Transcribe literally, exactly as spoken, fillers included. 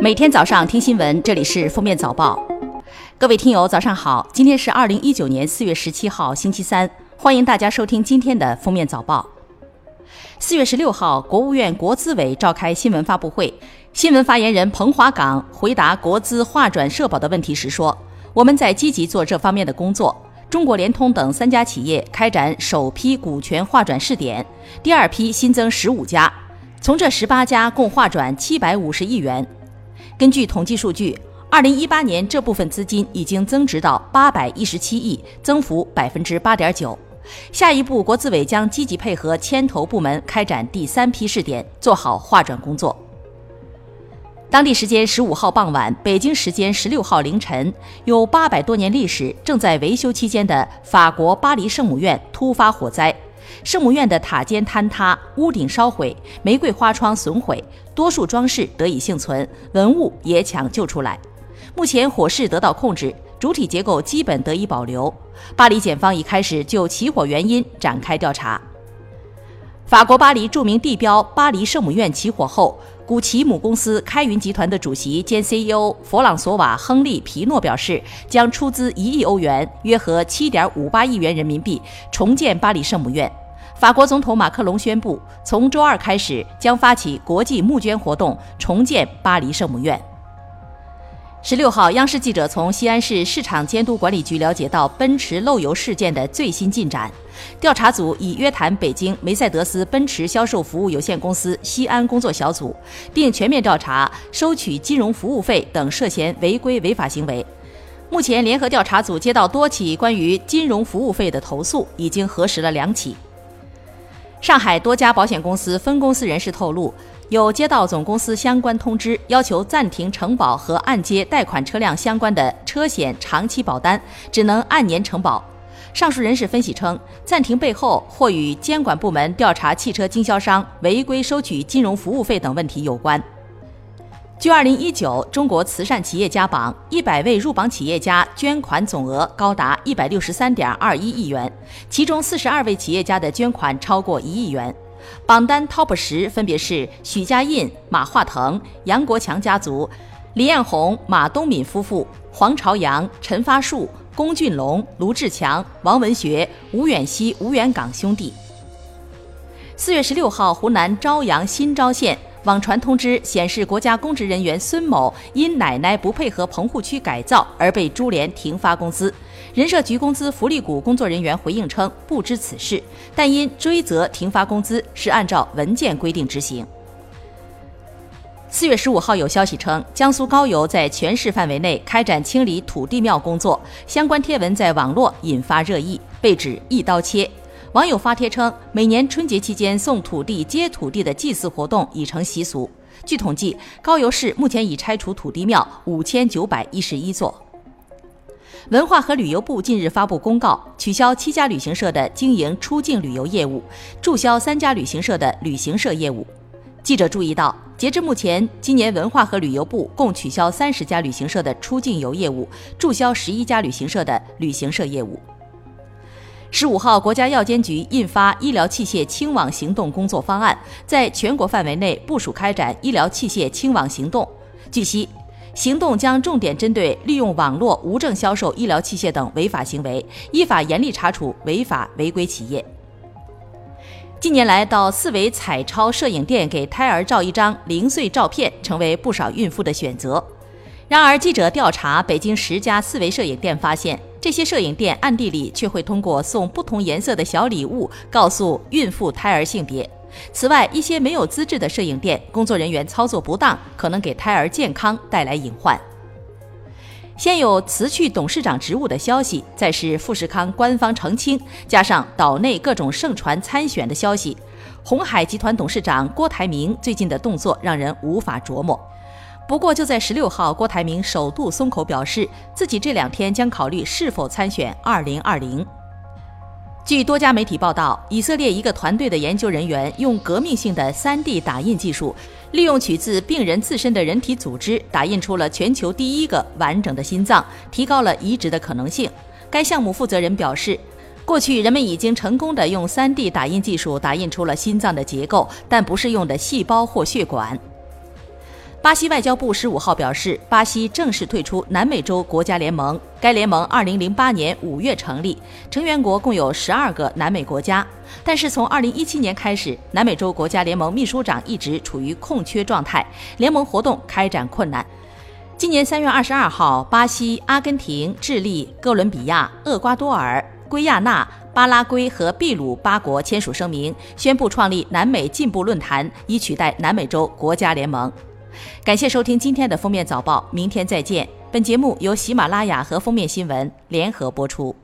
每天早上听新闻，这里是封面早报。各位听友早上好，今天是二零一九年四月十七号星期三，欢迎大家收听今天的封面早报。四月十六号，国务院国资委召开新闻发布会，新闻发言人彭华岗回答国资划转社保的问题时说，我们在积极做这方面的工作，中国联通等三家企业开展首批股权划转试点，第二批新增十五家，从这十八家共划转七百五十亿元。根据统计数据，二零一八年这部分资金已经增值到八百一十七亿，增幅百分之八点九。下一步，国资委将积极配合牵头部门开展第三批试点，做好划转工作。当地时间十五号傍晚，北京时间十六号凌晨，有八百多年历史、正在维修期间的法国巴黎圣母院突发火灾。圣母院的塔尖坍塌，屋顶烧毁，玫瑰花窗损毁，多数装饰得以幸存，文物也抢救出来。目前火势得到控制，主体结构基本得以保留。巴黎检方已开始就起火原因展开调查。法国巴黎著名地标巴黎圣母院起火后，古奇母公司开云集团的主席兼 C E O 弗朗索瓦·亨利·皮诺表示，将出资一亿欧元，约合 七点五八亿元人民币，重建巴黎圣母院。法国总统马克龙宣布，从周二开始将发起国际募捐活动，重建巴黎圣母院。十六号，央视记者从西安市市场监督管理局了解到奔驰漏油事件的最新进展。调查组已约谈北京梅赛德斯奔驰销售服务有限公司西安工作小组，并全面调查收取金融服务费等涉嫌违规违法行为。目前，联合调查组接到多起关于金融服务费的投诉，已经核实了两起。上海多家保险公司分公司人士透露，有接到总公司相关通知，要求暂停承保和按揭贷款车辆相关的车险长期保单，只能按年承保。上述人士分析称，暂停背后或与监管部门调查汽车经销商违规收取金融服务费等问题有关。据二零一九中国慈善企业家榜，一百位入榜企业家捐款总额高达一百六十三点二一亿元，其中四十二位企业家的捐款超过一亿元。榜单 Top 十分别是许家印、马化腾、杨国强家族、李彦宏、马东敏夫妇、黄朝阳、陈发树、龚俊龙、卢志强、王文学、吴远西、吴元岗兄弟。四月十六号，湖南朝阳新昭县网传通知显示，国家公职人员孙某因奶奶不配合棚户区改造而被株连停发工资。人社局工资福利股工作人员回应称不知此事，但因追责停发工资是按照文件规定执行。四月十五号有消息称，江苏高邮在全市范围内开展清理土地庙工作，相关贴文在网络引发热议，被指一刀切。网友发帖称，每年春节期间送土地、接土地的祭祀活动已成习俗。据统计，高邮市目前已拆除土地庙五千九百一十一座。文化和旅游部近日发布公告，取消七家旅行社的经营出境旅游业务，注销三家旅行社的旅行社业务。记者注意到，截至目前，今年文化和旅游部共取消三十家旅行社的出境游业务，注销十一家旅行社的旅行社业务。十五号，国家药监局印发医疗器械清网行动工作方案，在全国范围内部署开展医疗器械清网行动。据悉，行动将重点针对利用网络无证销售医疗器械等违法行为，依法严厉查处违法违规企业。近年来，到四维彩超摄影店给胎儿照一张零碎照片，成为不少孕妇的选择。然而，记者调查北京十家四维摄影店发现，这些摄影店暗地里却会通过送不同颜色的小礼物告诉孕妇胎儿性别。此外，一些没有资质的摄影店工作人员操作不当，可能给胎儿健康带来隐患。先有辞去董事长职务的消息，再是富士康官方澄清，加上岛内各种盛传参选的消息，鸿海集团董事长郭台铭最近的动作让人无法琢磨。不过就在十六号，郭台铭首度松口表示，自己这两天将考虑是否参选二零二零。据多家媒体报道，以色列一个团队的研究人员用革命性的 三 D 打印技术，利用取自病人自身的人体组织，打印出了全球第一个完整的心脏，提高了移植的可能性。该项目负责人表示，过去人们已经成功地用 三 D 打印技术打印出了心脏的结构，但不是用的细胞或血管。 巴西外交部十五号表示，巴西正式退出南美洲国家联盟。该联盟二零零八年五月成立，成员国共有十二个南美国家。但是从二零一七年开始，南美洲国家联盟秘书长一直处于空缺状态，联盟活动开展困难。今年三月二十二号，巴西、阿根廷、智利、哥伦比亚、厄瓜多尔、圭亚那、巴拉圭和秘鲁八国签署声明，宣布创立南美进步论坛，以取代南美洲国家联盟。感谢收听今天的封面早报，明天再见。本节目由喜马拉雅和封面新闻联合播出。